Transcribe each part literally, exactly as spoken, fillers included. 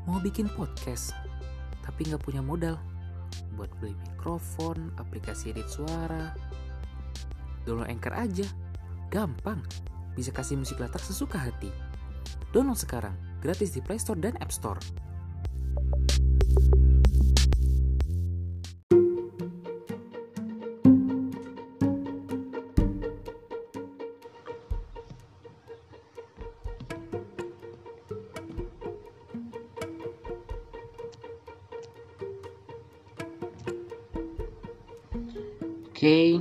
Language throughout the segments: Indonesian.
Mau bikin podcast, tapi gak punya modal buat beli mikrofon, aplikasi edit suara. Download Anchor aja, gampang. Bisa kasih musik latar sesuka hati. Download sekarang, gratis di Play Store dan App Store. Oke, okay.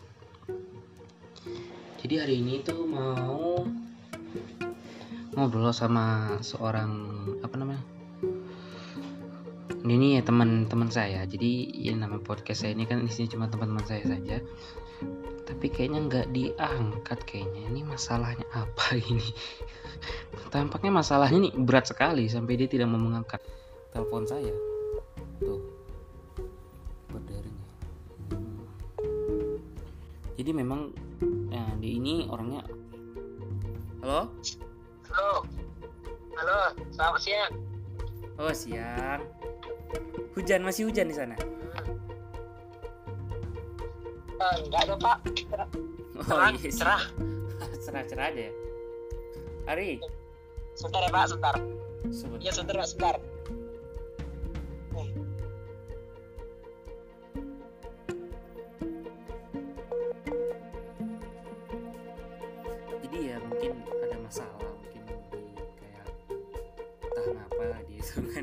Jadi hari ini tuh mau ngobrol sama seorang apa namanya? Ini ya teman-teman saya. Jadi ya nama podcast saya ini kan isinya cuma teman-teman saya saja. Tapi kayaknya nggak diangkat kayaknya. Ini masalahnya apa ini? Tampaknya masalahnya nih berat sekali sampai dia tidak mau mengangkat telepon saya. Tuh. Berdering. Jadi memang ya, dia ini orangnya. Halo? Halo. Halo, selamat siang. Oh, siang. Hujan, masih hujan di sana? Uh, enggak ada, Pak. Cerah. Oh, iya sih. Cerah. Cerah-cerah aja ya. Ari. Sebentar ya, Pak, sebentar. Sebentar. Ya, sebentar, Pak, sebentar. Jadi ya mungkin ada masalah, mungkin di kayak entah kenapa dia itu kan.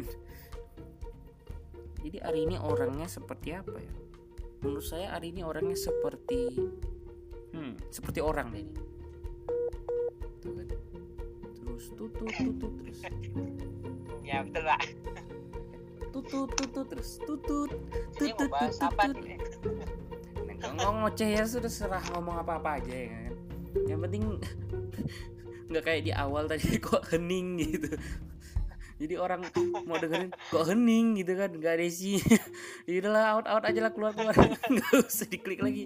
Jadi Ari ini orangnya seperti apa ya? Menurut saya Ari ini orangnya seperti hmm, seperti orang deh ini. Tuh kan. Terus tutut tutut terus. Ya, betul, Pak. Tutut tutut terus tutut Ini mau tutut bahas apa tutut. nih? Ngomong ngoceh ya sudah, serah ngomong apa-apa aja ya kan. Yang penting nggak kayak di awal tadi kok hening gitu. Jadi orang mau dengerin kok hening gitu kan, nggak ada isi. Ya udahlah, out out aja lah, keluar keluar. Nggak usah diklik lagi.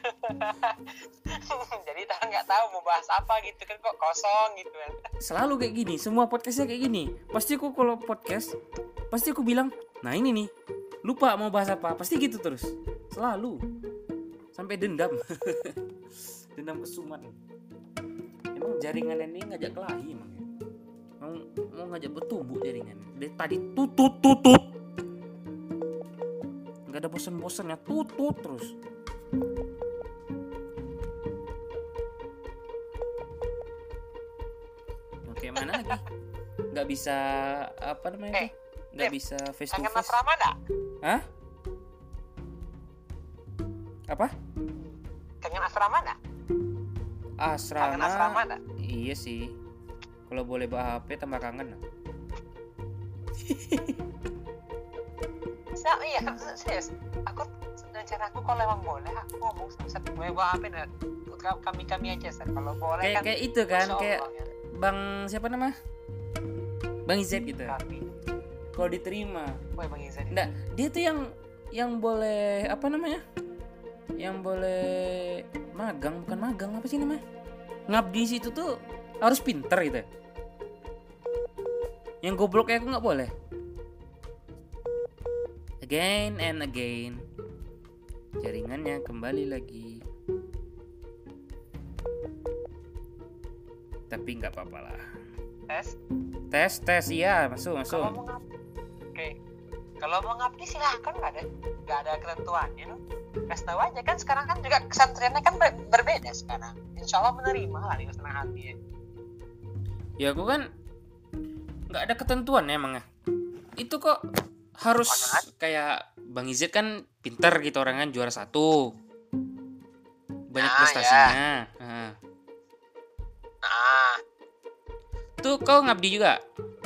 Jadi kita nggak tahu mau bahas apa gitu kan, kok kosong gitu kan. Selalu kayak gini, semua podcastnya kayak gini. Pasti aku kalau podcast, pasti aku bilang, nah ini nih, lupa mau bahas apa, pasti gitu terus. Selalu. Sampai dendam. Dendam kesumat. Emang jaringan ini ngajak kelahi emang ya? Mau, mau ngajak bertumbuh jaringan. Dari tadi tutut tutut. Gak ada bosan-bosannya, tutut terus. Oke, mana lagi? Gak bisa apa namanya Eh, tuh? Gak Dev, bisa face to kangen face. asrama enggak? Hah? Apa? Kangen asrama enggak? Asrama. Kangen asrama enggak? Iya sih. Kalau boleh bawa H P tambah kangen. So, iya, serius. Aku rencana aku kalau emang boleh aku ngomong sama satu gue bawa apa nih? Kami kami aja sih. Kalau boleh Kayak kan. kayak itu kan, Masya kayak Allah, ya. Bang siapa nama? Bang Izet gitu. Kami. Kalau diterima. Woi, Bang Izan. Nggak, dia tuh yang yang boleh apa namanya? Yang boleh magang, bukan magang, apa sih namanya? Ngabdi situ tuh harus pinter gitu. Yang goblok kayak aku nggak boleh. Again and again. Jaringannya kembali lagi. Tapi nggak apa-apa lah. Tes. Tes tes iya masuk masuk. Kalau mau ngabdi, oke. Kalau mau ngabdi silahkan, nggak ada nggak ada ketentuannya, no. Kasih tahu aja kan, sekarang kan juga kesantriannya kan ber- berbeda sekarang. Insya Allah menerima lah dengan senang hati ya. Ya aku kan nggak ada ketentuan emang ya. Itu kok harus Mana? kayak Bang Izet kan pinter gitu, orang kan juara satu, banyak Ah, prestasinya. Nah, Nah, tuh kau ngabdi juga.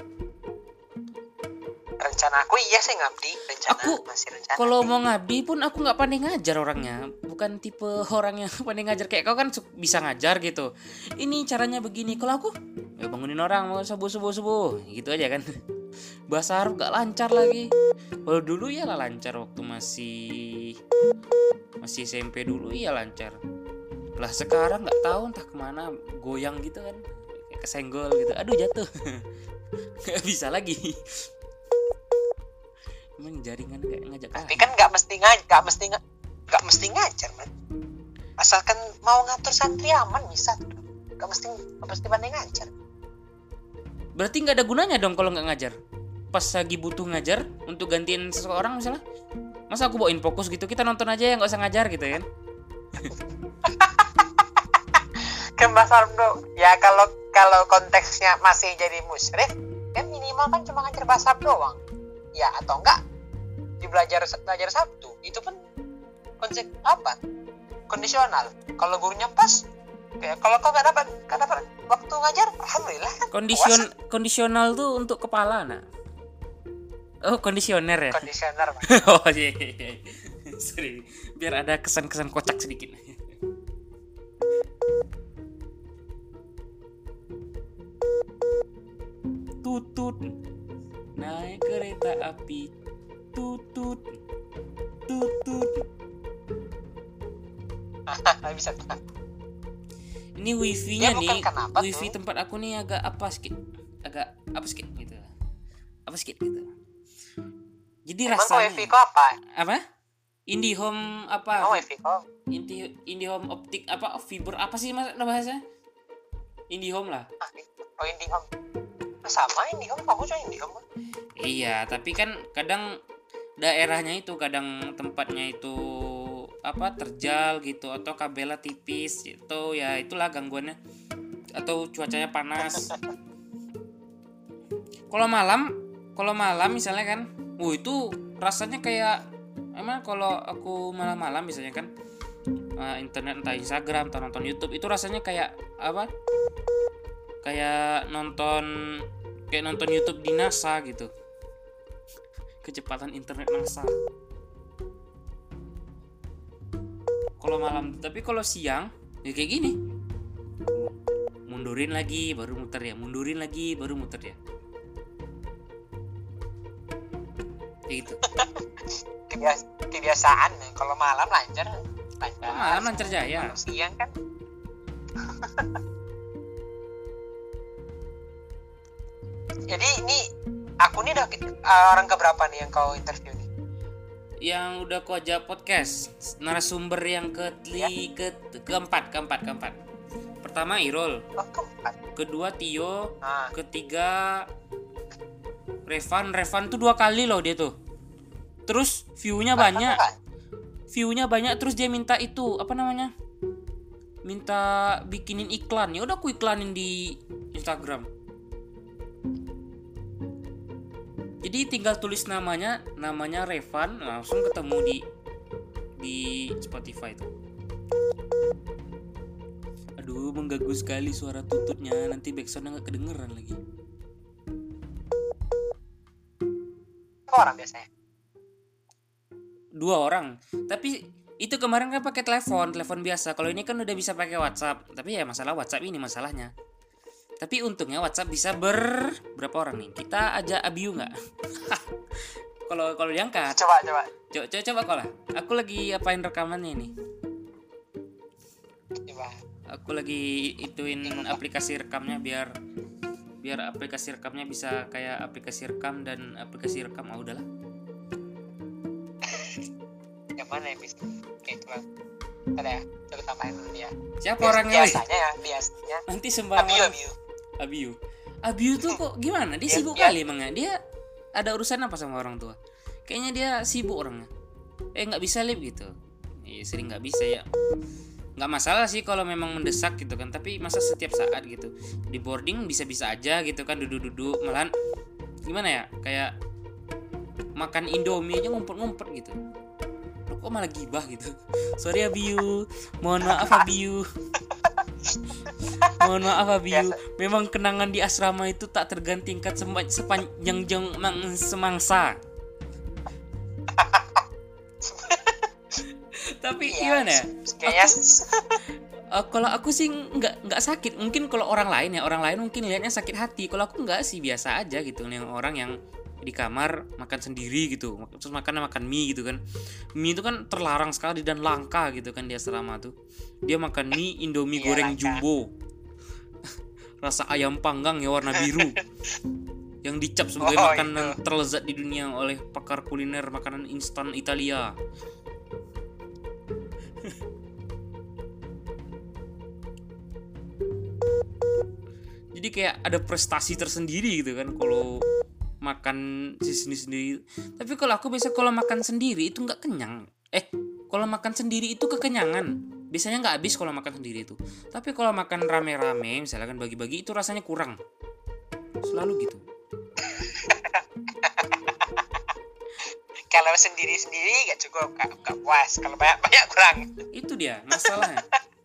rencana aku iya sih ngabdi, rencana Aku masih rencana. kalau mau ngabdi pun aku nggak pandai ngajar orangnya, bukan tipe orang yang pandai ngajar kayak kau kan su- bisa ngajar gitu. Ini caranya begini. Kalau aku ya bangunin orang mau subuh subuh subuh gitu aja kan. Bahasa Arab gak lancar lagi. Kalau dulu ya lah lancar, waktu masih masih S M P dulu ya lancar. Lah sekarang nggak tahu entah kemana, goyang gitu kan, kayak kesenggol gitu. Aduh jatuh. Nggak bisa lagi. Emang jaringan kayak ngajak Tapi ah. kan nggak mesti ngaj nggak mesti nga- nggak mesti ngajar man. Asalkan mau ngatur santri aman bisa. Nggak mesti nggak mesti pandai ngajar. Berarti nggak ada gunanya dong kalau nggak ngajar. Pas lagi butuh ngajar untuk gantiin seseorang misalnya, masa aku bawain fokus gitu, kita nonton aja ya nggak usah ngajar gitu kan. Kan Bahasa Arab do- ya kalau kalau konteksnya masih jadi musyrif kan minimal kan cuma ngajar bahasa Arab doang ya, atau enggak di belajar belajar Sabtu itu pun konsep apa kondisional. Kalau gurunya pas kayak kalau kau nggak dapat nggak dapat waktu ngajar alhamdulillah kan Kondision puasa. kondisional tuh untuk kepala nak. Oh kondisioner ya. Kondisioner Mas. Oh iya, iya, iya. Sorry, biar ada kesan-kesan kocak sedikit. Tutut naik kereta api, tutut tutut. Nggak bisa tuh. Ini wifi-nya Ya, bukan nih, kenapa wifi tuh. tempat aku nih agak apa sedikit, agak apa sedikit gitu, apa sedikit gitu. Jadi Emang kau rasanya wifi kau apa? apa? IndiHome apa? Emang wifi kau Indi IndiHome optik apa fiber apa sih mas bahasanya? IndiHome lah. ah, oh IndiHome. Nah, sama IndiHome aku juga IndiHome. Iya, tapi kan kadang daerahnya itu kadang tempatnya itu apa terjal gitu atau kabelnya tipis gitu ya, itulah gangguannya, atau cuacanya panas. Kalau malam, kalau malam misalnya kan, uh itu rasanya kayak emang kalau aku malam-malam misalnya kan uh, internet entah Instagram atau nonton YouTube itu rasanya kayak apa? Kayak nonton kayak nonton YouTube di NASA gitu. Kecepatan internet NASA. Kalau malam, tapi kalau siang ya kayak gini. Mundurin lagi baru muter ya, mundurin lagi baru muter ya. Kayak gitu. Kebias kebiasaan kalau malam lancar lancar. Oh, malam lancar jaya. Kalau siang kan jadi ini aku nih udah uh, orang keberapa nih yang kau interview nih? Yang udah ku ajak podcast, narasumber yang ke, Ya. ke keempat, keempat, keempat. Pertama Irol, Oh keempat. kedua Tio, Nah, ketiga Revan. Revan tuh dua kali loh dia tuh. Terus view-nya banyak. kan? View-nya banyak terus dia minta itu, apa namanya? Minta bikinin iklan. Ya udah aku iklanin di Instagram. Jadi tinggal tulis namanya, namanya Revan, langsung ketemu di di Spotify tuh. Aduh, mengganggu sekali suara tututnya. Nanti backsoundnya nggak kedengeran lagi. Berapa orang biasanya? Dua orang. Tapi itu kemarin kan pakai telepon, telepon biasa. Kalau ini kan udah bisa pakai WhatsApp. Tapi ya masalah WhatsApp ini masalahnya. Tapi untungnya WhatsApp bisa ber berapa orang nih? Kita ajak Abiu nggak? Kalau kalau diangkat. Coba coba. Coba coba coba kau lah. Aku lagi apain rekamannya ini? Coba. Aku lagi ituin aplikasi rekamnya biar biar aplikasi rekamnya bisa kayak aplikasi rekam dan aplikasi rekam. Ah udahlah. Yang mana yang bisa? Oke, coba. Ada ya? Coba tambahin dulu ya. Siapa Bias- orangnya? woi? Biasanya ya, biasanya. Nanti sembarang Abiu, orang- Abiu. Abiu. Abiu tuh kok gimana? Dia Ya, sibuk ya. kali emangnya. Dia ada urusan apa sama orang tua? Kayaknya dia sibuk orangnya. Eh nggak bisa lip gitu. Iya sering nggak bisa ya. Nggak masalah sih kalau memang mendesak gitu kan. Tapi masa setiap saat gitu di boarding bisa-bisa aja gitu kan duduk-duduk malahan gimana ya kayak makan Indomie aja ngumpet-ngumpet gitu. Loh, kok malah gibah gitu. Sorry Abiu. Mohon maaf Abiu. Mohon maaf Abiu. Memang kenangan di asrama itu tak tergantikan sema- sepanjang jang mang- semangsa. Tapi Iya, gimana ya? Kayaknya Uh, kalau aku sih nggak nggak sakit. Mungkin kalau orang lain ya orang lain mungkin lihatnya sakit hati. Kalau aku nggak sih biasa aja gitu. Yang orang yang di kamar makan sendiri gitu. Terus makannya makan mie gitu kan. Mie itu kan terlarang sekali dan langka gitu kan di asrama tuh. Dia makan mie Indomie Iya, goreng langka. jumbo. Rasa ayam panggang ya warna biru. yang dicap sebagai Oh, makanan itu. terlezat di dunia oleh pakar kuliner makanan instan Italia. Jadi kayak ada prestasi tersendiri gitu kan kalau makan si sendiri-sendiri. Tapi kalau aku biasa kalau makan sendiri itu nggak kenyang. Eh, kalau makan sendiri itu kekenyangan. Biasanya nggak habis kalau makan sendiri itu. Tapi kalau makan rame-rame, misalkan bagi-bagi itu rasanya kurang. Selalu gitu. Kalau sendiri-sendiri gak cukup, gak, gak puas. Kalau banyak-banyak kurang. Itu dia masalahnya.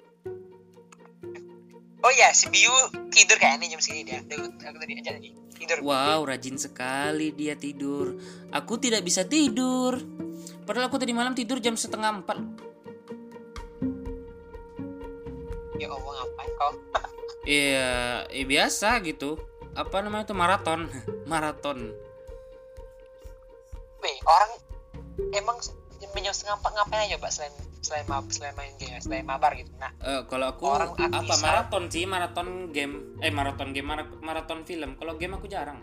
Oh ya, si Biu tidur kayaknya jam segini dia. Aku, aku tadi aja tadi tidur. Wow, rajin sekali dia tidur. Aku tidak bisa tidur. Padahal aku tadi malam tidur jam setengah empat. Ya Allah, ngapain kau? Iya, ya biasa gitu. Apa namanya itu maraton, maraton. Weh, orang emang jam setengah empat ngapain aja, Mbak, selain selain mab, selain main game, selain mabar gitu. Nah, Eh, kalau aku Orang apa aktif, maraton sih, maraton game, eh maraton game, mara- maraton film. Kalau game aku jarang.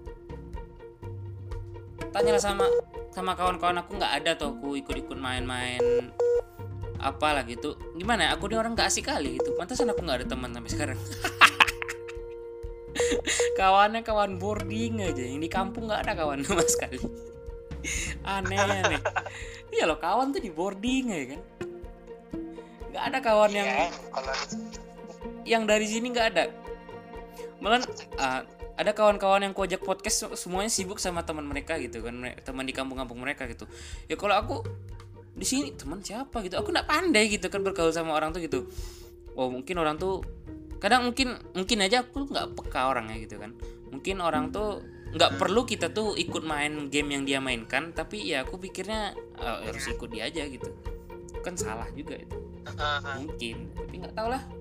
Tanyalah sama sama kawan-kawan aku, nggak ada tuh aku ikut-ikut main-main apalah gitu. Gimana? ya, Aku dia orang nggak asik kali gitu. Pantasan aku nggak ada teman sampai sekarang. Kawannya kawan boarding aja. Yang di kampung nggak ada kawan sama sekali. Aneh aneh. Iya loh, kawan tuh di boarding ya kan. Nggak ada kawan yang ya, kalau yang dari sini nggak ada. Malah ah, ada kawan-kawan yang kuajak podcast semuanya sibuk sama teman mereka gitu kan, mere- teman di kampung-kampung mereka gitu. Ya kalau aku di sini teman siapa gitu, aku nggak pandai gitu kan bergaul sama orang tuh gitu. Oh mungkin orang tuh kadang mungkin mungkin aja aku nggak peka orangnya gitu kan. Mungkin orang tuh nggak perlu kita tuh ikut main game yang dia mainkan, tapi ya aku pikirnya eh, harus ikut dia aja gitu. Kan salah juga itu. Mungkin, tapi nggak tahu lah.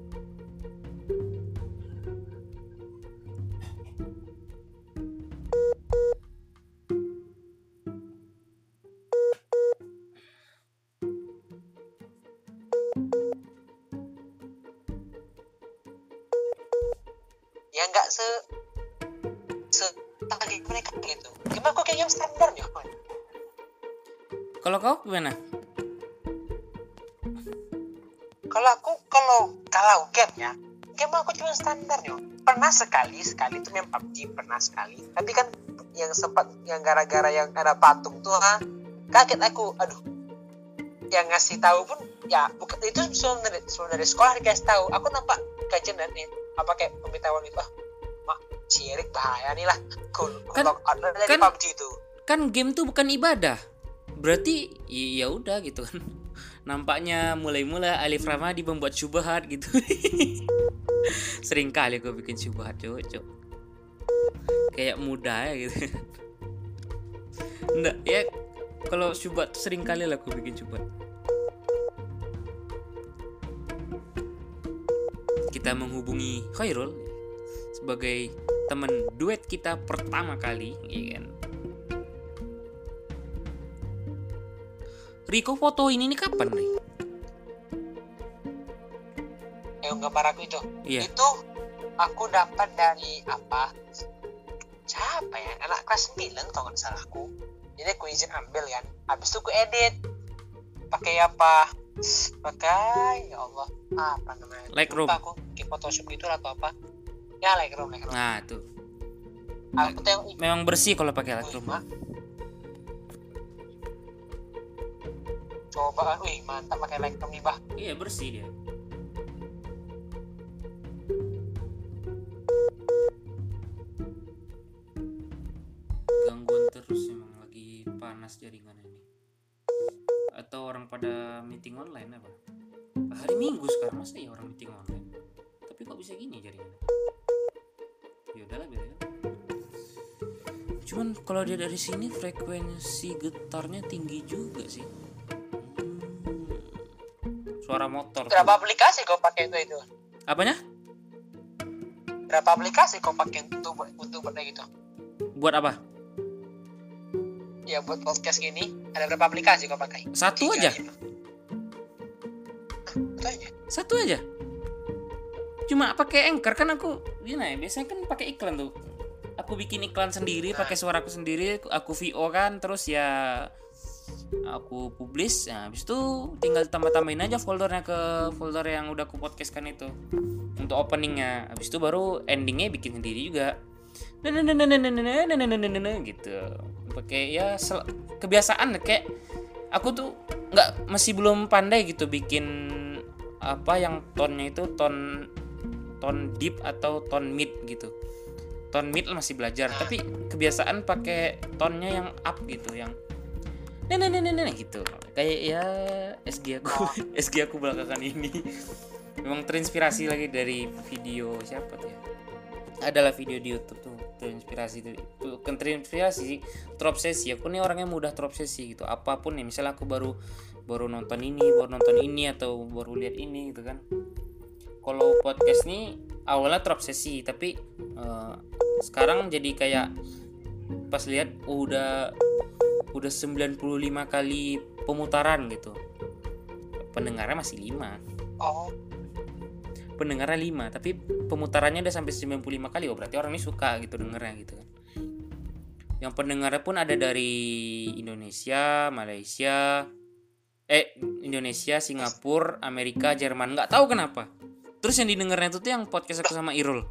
ya nggak se se target mereka gitu. Gimana kok kayak yang standar ya? Kalau kau gimana? Kalau aku kalau kalau game ya, game aku cuma standar ya. Pernah sekali sekali itu main P U B G, pernah sekali. Tapi kan yang sempat yang gara-gara yang ada patung tuh, ah, kaget aku. Aduh, yang ngasih tahu pun ya bukan itu sebelum dari, sebelum dari sekolah dikasih tahu. Aku nampak kajian dan eh, apa kayak pemberitahuan itu, ah mak cirik bahaya nih lah. Cool, Kan- log out dari kan- P U B G itu. Kan game tuh bukan ibadah. Berarti y- ya udah gitu kan. Nampaknya mulai-mulai Alif Ramadi membuat syubhat gitu. Sering kali gue bikin syubhat cocok. Kayak mudah ya gitu. Enggak ya, kalau syubhat tuh sering kali lah gue bikin syubhat. Kita menghubungi Khairul sebagai teman duet kita pertama kali, ya kan? Riko foto ini nih kapan nih? Yang gambar aku itu. Iya. Itu aku dapat dari apa? Siapa ya? Anak kelas sembilan kalau nggak salah aku. Jadi aku izin ambil kan. Habis itu aku edit. Pakai apa? Pakai ya Allah. Apa namanya? Lightroom. Lupa aku. Di Photoshop gitu atau apa? Ya Lightroom, Lightroom. Nah tuh, Aku tuh yang memang bersih kalau pakai Lightroom. Wih, coba, wih mantap pakai Lightroom nih, bah. Iya bersih dia. Gangguan terus emang lagi panas jaringan ini. Atau orang pada meeting online apa? Hari Minggu sekarang masa ya orang meeting online? Tapi kok bisa gini jaringannya? Ya udahlah biarin. Cuman kalau dia dari sini frekuensi getarnya tinggi juga sih. Hmm. Suara motor. tuh. Berapa aplikasi kau pakai itu itu? Apanya? Berapa aplikasi kau pakai untuk buat untuk buat kayak gitu? Buat apa? Ya buat podcast gini ada berapa aplikasi kau pakai? Satu Tiga, aja. lima. Satu aja. Satu aja. Cuma pakai Anchor kan aku gini ya, biasanya kan pakai iklan tuh. aku bikin iklan sendiri pakai suaraku sendiri, aku V O kan, terus ya aku publish. Nah, habis itu tinggal tambah-tambahin aja foldernya ke folder yang udah aku podcastkan itu untuk openingnya. Habis itu baru endingnya bikin sendiri juga. Gitu. Pakai ya sel- kebiasaan kayak aku tuh nggak masih belum pandai gitu bikin apa yang tone-nya itu tone tone deep atau tone mid gitu. Tone mid masih belajar, tapi kebiasaan pakai tone-nya yang up gitu, yang nah nah nah nah gitu. Kayak ya S G aku S G aku belakangan ini memang terinspirasi lagi dari video siapa tuh ya. Adalah video di YouTube tuh terinspirasi dari bukan terinspirasi terobsesi. Aku nih orangnya mudah terobsesi gitu. Apapun nih, misalnya aku baru baru nonton ini, baru nonton ini atau baru lihat ini gitu kan. Kalau podcast nih awalnya terobsesi, tapi uh, sekarang jadi kayak pas lihat oh, udah udah sembilan puluh lima kali pemutaran gitu. Pendengarnya masih lima. Oh. Pendengarnya lima, tapi pemutarannya udah sampai sembilan puluh lima kali. Oh, berarti orang ini suka gitu dengernya gitu kan. Yang pendengarnya pun ada dari Indonesia, Malaysia, eh Indonesia, Singapura, Amerika, Jerman. Nggak tahu kenapa. Terus yang didengarnya itu tuh yang podcast aku sama Irul.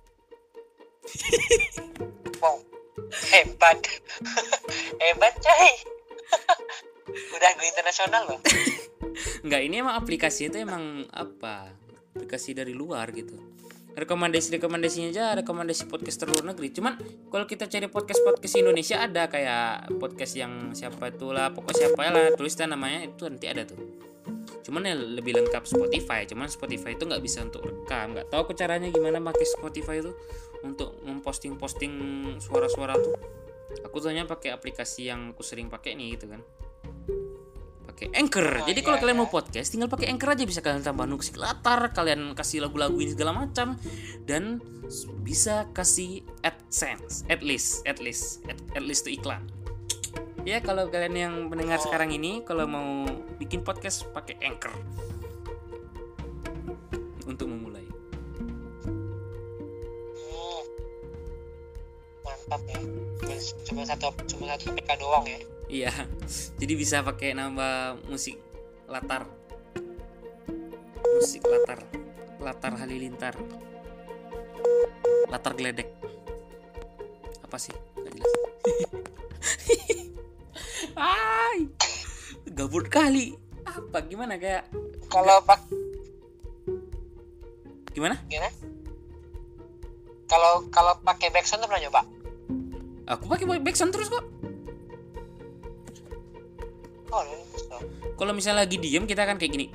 Wow, hebat. Hebat coy. Udah go internasional loh. Enggak, ini emang aplikasi itu emang apa? Aplikasi dari luar gitu. Rekomendasi-rekomendasinya aja rekomendasi podcast luar negeri. Cuman kalau kita cari podcast-podcast Indonesia ada kayak podcast yang siapa itulah, pokoknya siapa lah, tulisnya namanya itu nanti ada tuh. Cuman ya lebih lengkap Spotify. Cuman Spotify itu nggak bisa untuk rekam. Nggak tahu aku caranya gimana pakai Spotify itu untuk memposting-posting suara-suara tuh. Aku tuh hanya pakai aplikasi yang aku sering pakai nih gitu kan. Pakai Anchor. Oh, jadi iya, kalau kalian iya. mau podcast tinggal pakai Anchor aja, bisa kalian tambah musik latar, kalian kasih lagu-lagu ini segala macam, dan bisa kasih AdSense, at least, at least, at, at least itu iklan. Ya kalau kalian yang mendengar Oh. sekarang ini kalau mau bikin podcast pakai Anchor untuk memulai. Hmm. Mantap ya. Cuma satu cuma satu A P K doang ya. Iya, jadi bisa pakai nambah musik latar, musik latar, latar halilintar, latar geledek. Apa sih? Gak jelas. Ay, gabut kali. Apa? Gimana kayak? Kalau pak Gimana? gimana? Kalau kalau pakai backsound tuh pernah nyoba? Aku pakai backsound terus kok. Oh, bisa. Kalau misalnya lagi diem kita kan kayak gini.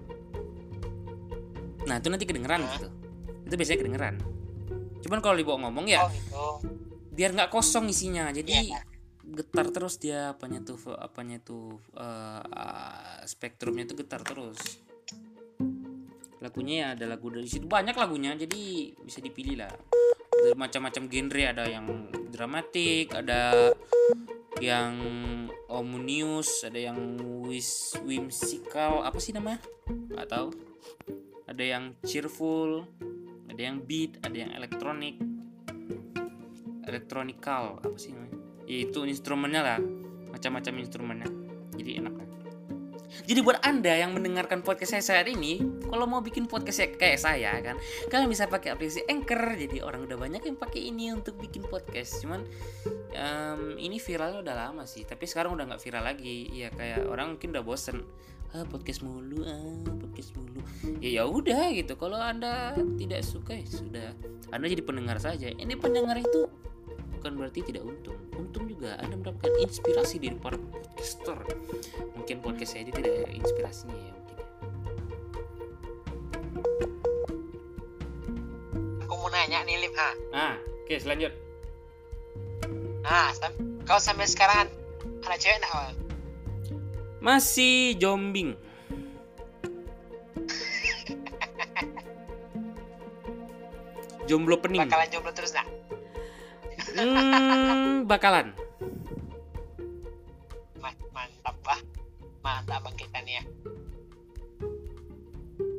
Nah itu nanti kedengeran Hah? gitu. Itu biasanya kedengeran. Cuman kalau dibawa ngomong ya Oh gitu. biar nggak kosong isinya. Jadi Iya. getar terus dia apanya tuh apanya tuh uh, uh, spektrumnya tuh getar terus. Lagunya ya ada lagu dari situ banyak lagunya, jadi bisa dipilih lah. Dari macam-macam genre, ada yang dramatik, ada yang ominous, ada yang wis whimsical, apa sih namanya? Nggak tahu. Ada yang cheerful, ada yang beat, ada yang elektronik, elektronikal, apa sih namanya? Ya itu instrumennya lah, macam-macam instrumennya. Jadi enak lah. Jadi buat Anda yang mendengarkan podcast saya saat ini, kalau mau bikin podcast kayak saya kan, kalian bisa pakai aplikasi Anchor. Jadi orang udah banyak yang pakai ini untuk bikin podcast. Cuman um, ini viralnya udah lama sih, tapi sekarang udah nggak viral lagi. Ya kayak orang mungkin udah bosen, ah podcast mulu, ah podcast mulu. Ya ya udah gitu. Kalau Anda tidak suka ya sudah, Anda jadi pendengar saja. Ini pendengar itu bukan berarti tidak untung. Untung juga Anda mendapatkan inspirasi dari para podcaster. Mungkin podcast saya ini tidak ada inspirasinya ya mungkin. Aku mau nanya nih Lim, ha. Nah, oke okay, selanjut. Nah, sam- kau sampai sekarang anak cewek nak awal? Masih jombing. Jomblo pening. Bakalan jomblo terus nak? Hmm, bakalan. Ma- Mantap bah. Mantap bang kita nih ya.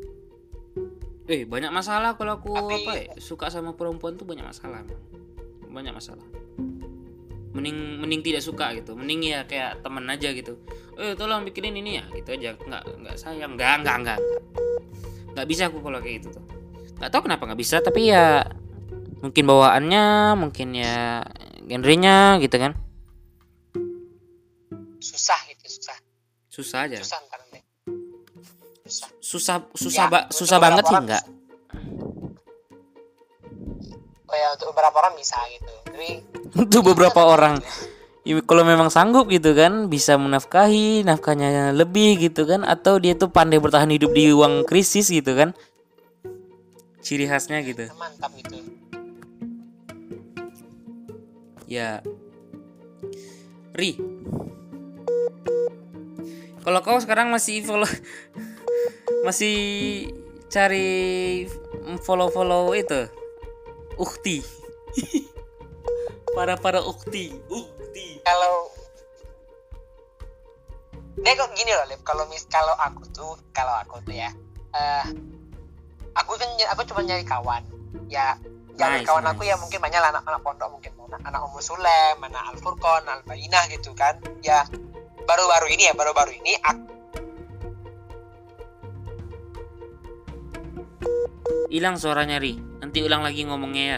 Eh, banyak masalah kalau aku Tapi- apa ya, suka sama perempuan tuh banyak masalah. banyak masalah. Mending mending tidak suka gitu, mending ya kayak temen aja gitu. Eh tolong bikinin ini ya, gitu aja. Nggak nggak sayang, nggak nggak nggak nggak bisa aku kalau kayak gitu tuh. Nggak tahu kenapa nggak bisa, tapi ya mungkin bawaannya, mungkin ya genrenya gitu kan. Susah gitu, susah. Susah aja. Susah ntar deh. Susah. Susah susah Ya, ba- untuk susah beberapa banget sih orang enggak. Oh ya, untuk beberapa orang bisa gitu. Tapi Untuk beberapa orang. Ya, kalau memang sanggup gitu kan, bisa menafkahi, nafkahnya lebih gitu kan, atau dia tuh pandai bertahan hidup di uang krisis gitu kan. Ciri khasnya gitu. mantap gitu. Ya. Ri. Kalau kau sekarang masih follow masih cari follow-follow itu ukti. Para-para ukti, ukti. Kalau dia kok gini loh, Lip. Kalau mis kalau aku tuh, kalau aku tuh ya, eh aku kan aku cuma nyari kawan. Ya, jadi Nice, kawan nice. aku ya mungkin banyak lah anak-anak pondok, mungkin anak anak Ummu Sulaim, anak Al Furqan, Al Bainah gitu kan. Ya, baru-baru ini ya, baru-baru ini aku, Hilang suaranya Ri. Nanti ulang lagi ngomongnya ya.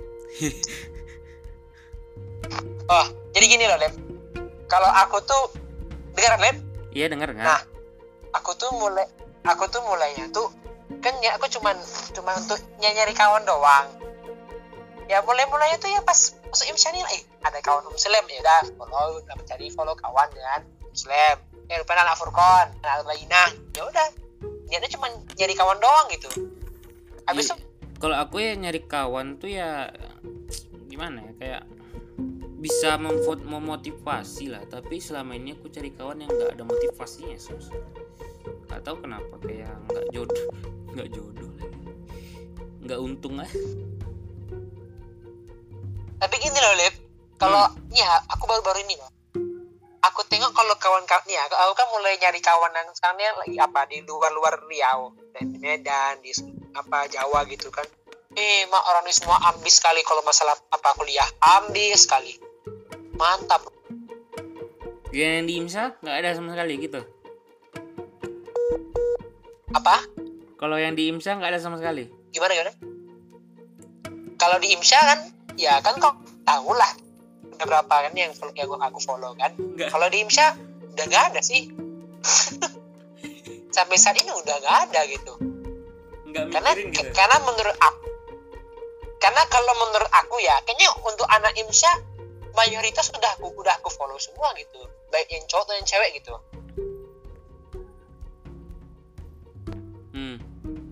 oh, jadi gini loh, Lip. Kalau aku tuh dengar, Lip. Iya dengar nggak? Nah, aku tuh mulai aku tuh mulainya tuh kan ya aku cuman cuman untuk ny- nyari kawan doang. Ya mulai mulainya tuh ya pas masuk Imsyani lah, eh, ada kawan Muslim ya udah follow, dapat cari follow kawan kan Muslim. Ya rupanya anak Furqan, anak Lainah. Ya udah. Niatnya cuman nyari kawan doang gitu. Habis Iya. itu Kalau aku ya nyari kawan tuh ya gimana ya, kayak bisa memfot- memotivasi lah, tapi selama ini aku cari kawan yang nggak ada motivasinya sus. Nggak tahu kenapa, kayak nggak jodoh, nggak jodoh lagi, nggak untung ah. tapi gini loh, Lip. Kalau ya aku baru-baru ini loh. Aku tengok kalau kawan-kawan ya, aku kan mulai nyari kawan yang sekarang ini lagi apa di luar-luar Riau, di Medan, di apa Jawa gitu kan. Eh, mak orang ini semua ambis sekali kalau masalah apa kuliah, ambis sekali. Mantap. Yang di IMSA nggak ada sama sekali gitu. Apa? Kalau yang di IMSA nggak ada sama sekali. Gimana gimana? Kalau di Imsya kan, ya kan kau tahu lah ada berapa kan yang follow, yang aku follow kan. Nggak. Kalau di Imsya udah nggak ada sih. Sampai saat ini udah nggak ada gitu. Nggak Karena mikirin gitu. karena menurut aku, karena kalau menurut aku ya, kayaknya untuk anak Imsya mayoritas udah aku udah aku follow semua gitu, baik yang cowok dan yang cewek gitu. Hmm.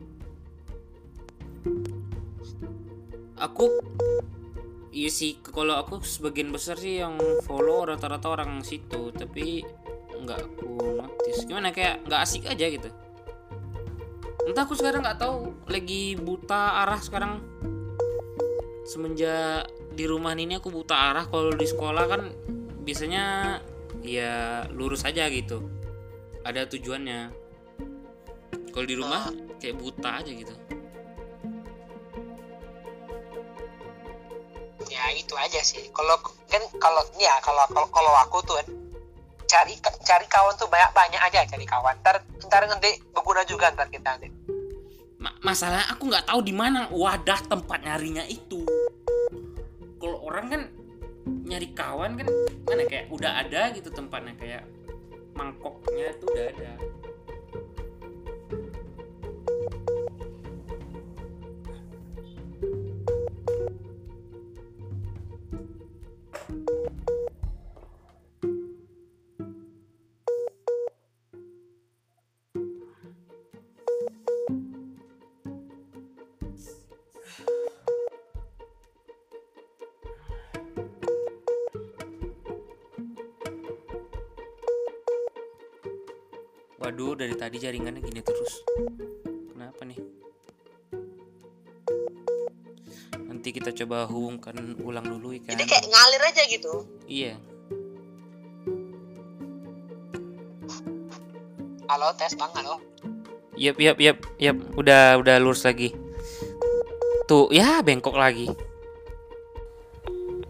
Aku iya sih, kalau aku sebagian besar sih yang follow rata-rata orang situ, tapi nggak aku notice. Gimana, kayak nggak asik aja gitu. Entah, aku sekarang nggak tahu, lagi buta arah sekarang. Semenjak di rumah ini aku buta arah. Kalau di sekolah kan biasanya ya lurus aja gitu, ada tujuannya. Kalau di rumah kayak buta aja gitu. Ya itu aja sih. Kalau kan kalau ya kalau kalau, kalau aku tuh kan cari cari kawan tuh banyak banyak aja cari kawan. Ntar ntar nanti berguna juga ntar kita nanti. Ma- masalahnya aku nggak tahu di mana wadah tempat nyarinya itu. Kalau orang kan nyari kawan kan mana kayak udah ada gitu tempatnya, kayak mangkoknya tuh udah ada. Waduh, dari tadi jaringannya gini terus. Kenapa nih? Nanti kita coba hubungkan ulang dulu ikan. Jadi kayak ngalir aja gitu. Iya. Halo, tes bang, halo. Yap, yap, yap, yap. Udah, udah lurus lagi. Tuh, ya bengkok lagi.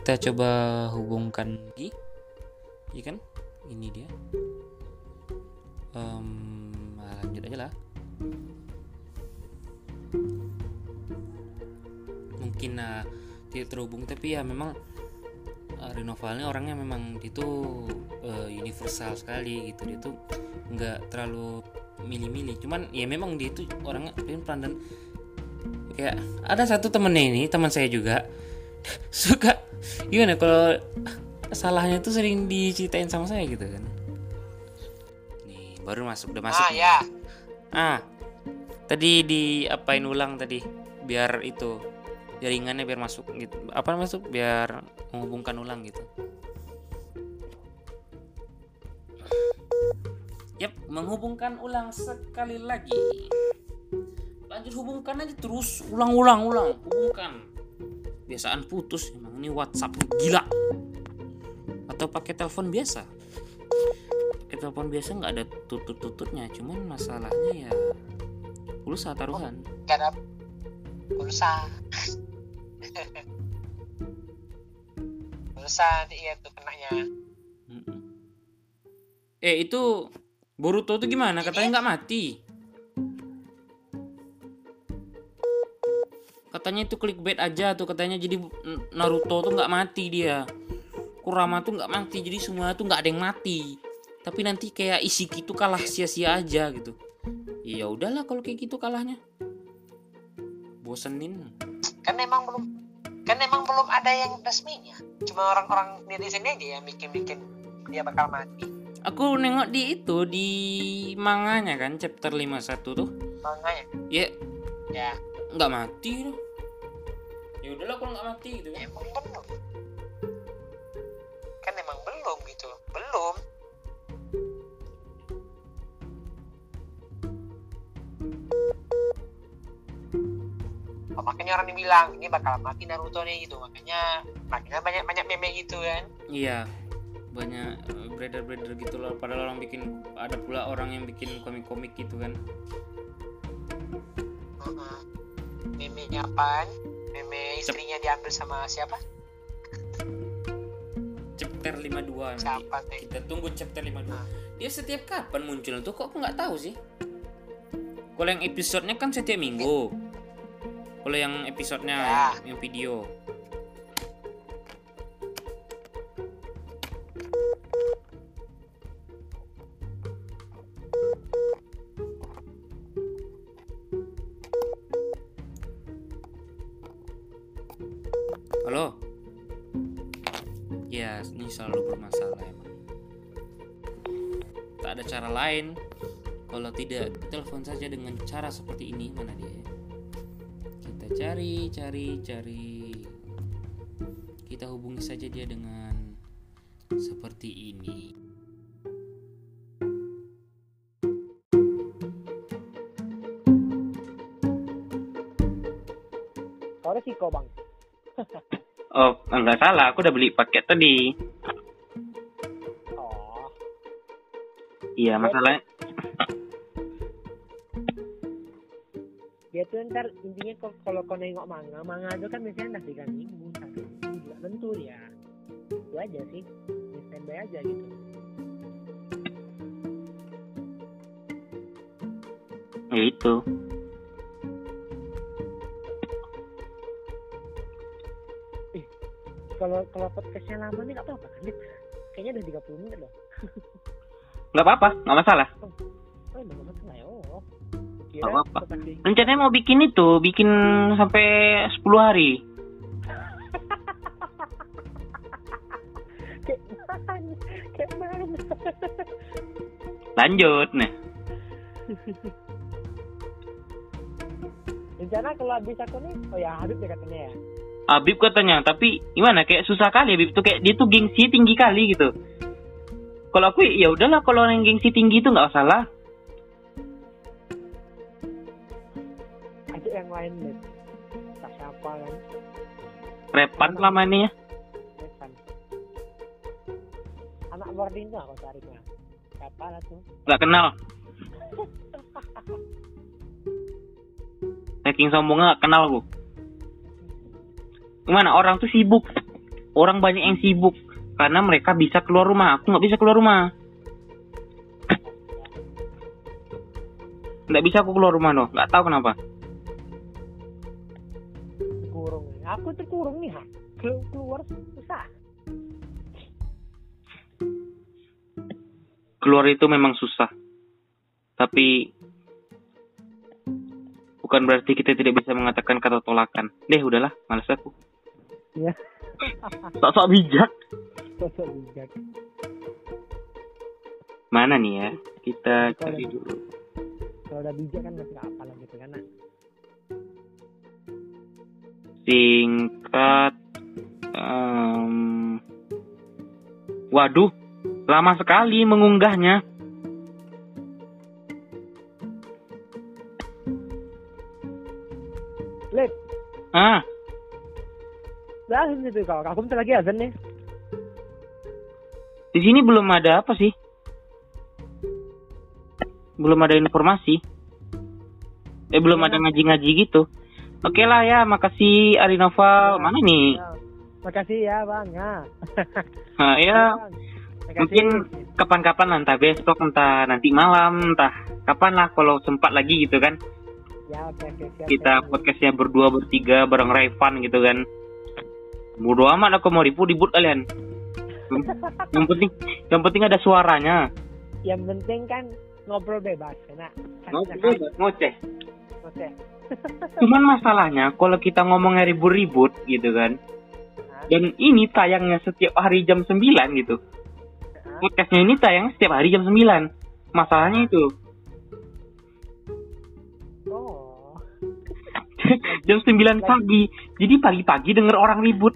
Kita coba hubungkan lagi, iya kan? Ini dia. Um, lanjut aja lah. Mungkin uh, tidak terhubung, tapi ya memang uh, Rinoval ini orangnya memang itu uh, universal sekali gitu. Dia tuh nggak terlalu milih-milih. Cuman ya memang dia itu orangnya pelan dan kayak ada satu temennya ini, teman saya juga suka gimana kalau salahnya tuh sering diceritain sama saya gitu kan. Nih baru masuk, udah masuk. Ah ya. Ah tadi diapain ulang tadi biar itu jaringannya biar masuk gitu. Apa masuk biar menghubungkan ulang gitu. Yap, menghubungkan ulang sekali lagi. Lanjut hubungkan aja terus, ulang-ulang ulang, hubungkan. Biasaan putus emang ini WhatsApp gila. Atau pakai telepon biasa. Pakai telepon biasa nggak ada tutut-tututnya, cuman masalahnya ya pulsa taruhan. Gak ada pulsa. Pulsa iya tuh kenanya. Eh itu Boruto tuh gimana? Katanya nggak mati. Katanya itu clickbait aja tuh, katanya jadi Naruto tuh nggak mati dia, Kurama tuh nggak mati, jadi semua tuh nggak ada yang mati. Tapi nanti kayak Ishiki tuh kalah sia-sia aja gitu. Ya udahlah kalau kayak gitu kalahnya. Bosenin. Kan emang belum kan emang belum ada yang resminya. Cuma orang-orang netizen aja yang bikin-bikin dia bakal mati. Aku nengok di itu di manganya kan chapter lima puluh satu tuh. Manganya. Ya. Ya. Nggak mati loh. Ya udahlah kalau nggak mati gitu kan. Emang belum. Kan emang belum gitu. Belum. Oh, makanya orang dibilang ini bakal mati Naruto nih gitu. Makanya makanya banyak banyak meme gitu kan. Iya. Banyak uh, beredar-beredar gitu loh. Padahal orang bikin, ada pula orang yang bikin komik-komik gitu kan. Uh-huh. Meme-nya apaan? Meme istrinya diambil sama siapa? Chapter lima puluh dua nanti. Siapa, Kita tunggu chapter lima puluh dua. Nah. Dia setiap kapan muncul tuh kok aku nggak tahu sih. Kalau yang episodenya kan setiap minggu. Kalau yang episodenya Ya. yang, yang video. Halo. Ya, ini selalu bermasalah emang. Tak ada cara lain. Kalau tidak, telepon saja dengan cara seperti ini. Mana dia? Kita cari, cari, cari. Kita hubungi saja dia dengan seperti ini. Kau ada Siko bang? Oh, enggak salah. Aku udah beli paket tadi. Oh. Iya, masalahnya. Dia tuh ntar intinya kok- kalau kau nengok manga, manga itu kan biasanya udah tiga minggu, satu minggu juga tentu ya. Itu aja sih, di standby aja gitu. Ya itu. Kalau kalau podcastnya lama nih nggak apa-apa kan? Dit? Kayaknya udah tiga puluh menit loh. Nggak apa-apa, nggak masalah. Oh, udah nggak masalah ya. Oh. Nggak apa-apa. Rencananya mau bikin itu, bikin sampai sepuluh hari. Kayak mana? Kayak mana? Lanjut, nih. Rencana kalau habis aku nih, oh ya Habib ya katanya ya. Habib katanya, tapi gimana? Kayak susah kali Habib tuh, kayak dia tuh gengsi tinggi kali gitu. Kalau aku ya udahlah, kalau yang gengsi tinggi itu nggak masalah. Ajak yang lain nih. Tak siapa kan? Repan lama ini ya. Depan. Anak boarding tuh aku cari mah. Siapa lah tuh? Nggak kenal. Saking sombongnya nggak kenal aku. Gimana? Orang tuh sibuk. orang banyak yang sibuk karena mereka bisa keluar rumah. Aku nggak bisa keluar rumah. Nggak bisa aku keluar rumah loh. Nggak tahu kenapa. Kurung. Aku tuh kurung nih, ha. Keluar susah. Keluar itu memang susah. Tapi bukan berarti kita tidak bisa mengatakan kata tolakan. Deh, udahlah, malas aku. Iya. Sok-sok bijak. Sosok bijak. Mana nih ya? Kita Kalau cari udah- dulu. Kalau udah bijak kan masih apa lah gitu kan. Nak? Singkat. em, Waduh, lama sekali mengunggahnya. Lip, Ah, dah ini tuh kau. Aku bentar lagi azan nih. di sini belum ada apa sih? Belum ada informasi. Eh, belum ada ngaji-ngaji gitu. Oke lah ya, makasih Arinoval. Mana nih? Ya, makasih ya bang. Ya. Nah, ya, Bang. Makasih. mungkin kapan-kapan lah, entah besok, entah nanti malam, entah kapan lah kalau sempat lagi gitu kan. Ya oke oke siap. Kita siap. podcastnya berdua bertiga bareng Rayvan gitu kan. Bodo amat aku mau ribut-ribut kalian. Yang penting, yang penting ada suaranya. Yang penting kan ngobrol bebas, kena. Ngobrol bebas, ngoceh. Oke. Cuman masalahnya kalau kita ngomongnya ribut-ribut gitu kan. Dan ini tayangnya setiap hari jam sembilan gitu. Podcastnya ini tayang setiap hari jam sembilan. Masalahnya itu. Oh. jam sembilan pagi. Jadi pagi-pagi denger orang ribut.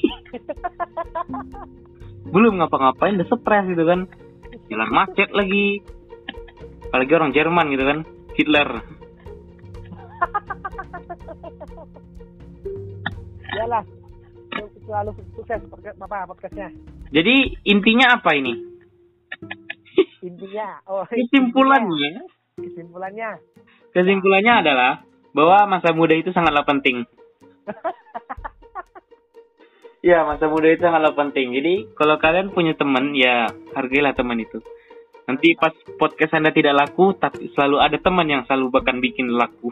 Belum ngapa-ngapain udah stres gitu kan. Jalan macet lagi. Apalagi orang Jerman gitu kan. Hitler. Iyalah. Selalu sukses podcast apa podcastnya. Jadi intinya apa ini? Intinya, oh Kesimpulannya, intinya, kesimpulannya. kesimpulannya adalah bahwa masa muda itu sangatlah penting. Ya, masa muda itu sangatlah penting. Jadi kalau kalian punya teman, ya hargailah teman itu. Nanti pas podcast Anda tidak laku, tapi selalu ada teman yang selalu bahkan bikin laku.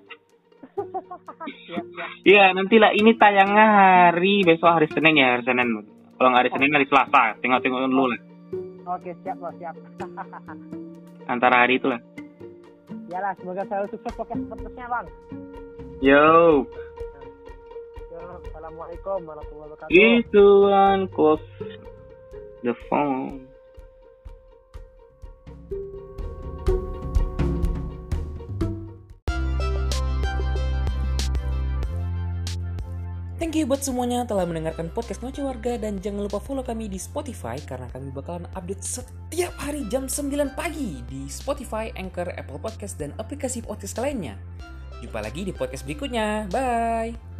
Siap, siap. Iya, nantilah ini tayangnya hari besok hari Senin ya, hari Senin. Kalau nggak hari Senin hari Selasa, tengok-tengok dulu lah. Oke, siap loh, siap. Antara hari itulah. Iyalah, semoga selalu sukses podcast podcastnya bang. Yo, Yo, Assalamualaikum warahmatullahi wabarakatuh. itu one close the phone. Thank you buat semuanya telah mendengarkan podcast Ngoceh Warga dan jangan lupa follow kami di Spotify karena kami bakalan update setiap hari jam sembilan pagi di Spotify, Anchor, Apple Podcast, dan aplikasi podcast lainnya. Jumpa lagi di podcast berikutnya. Bye!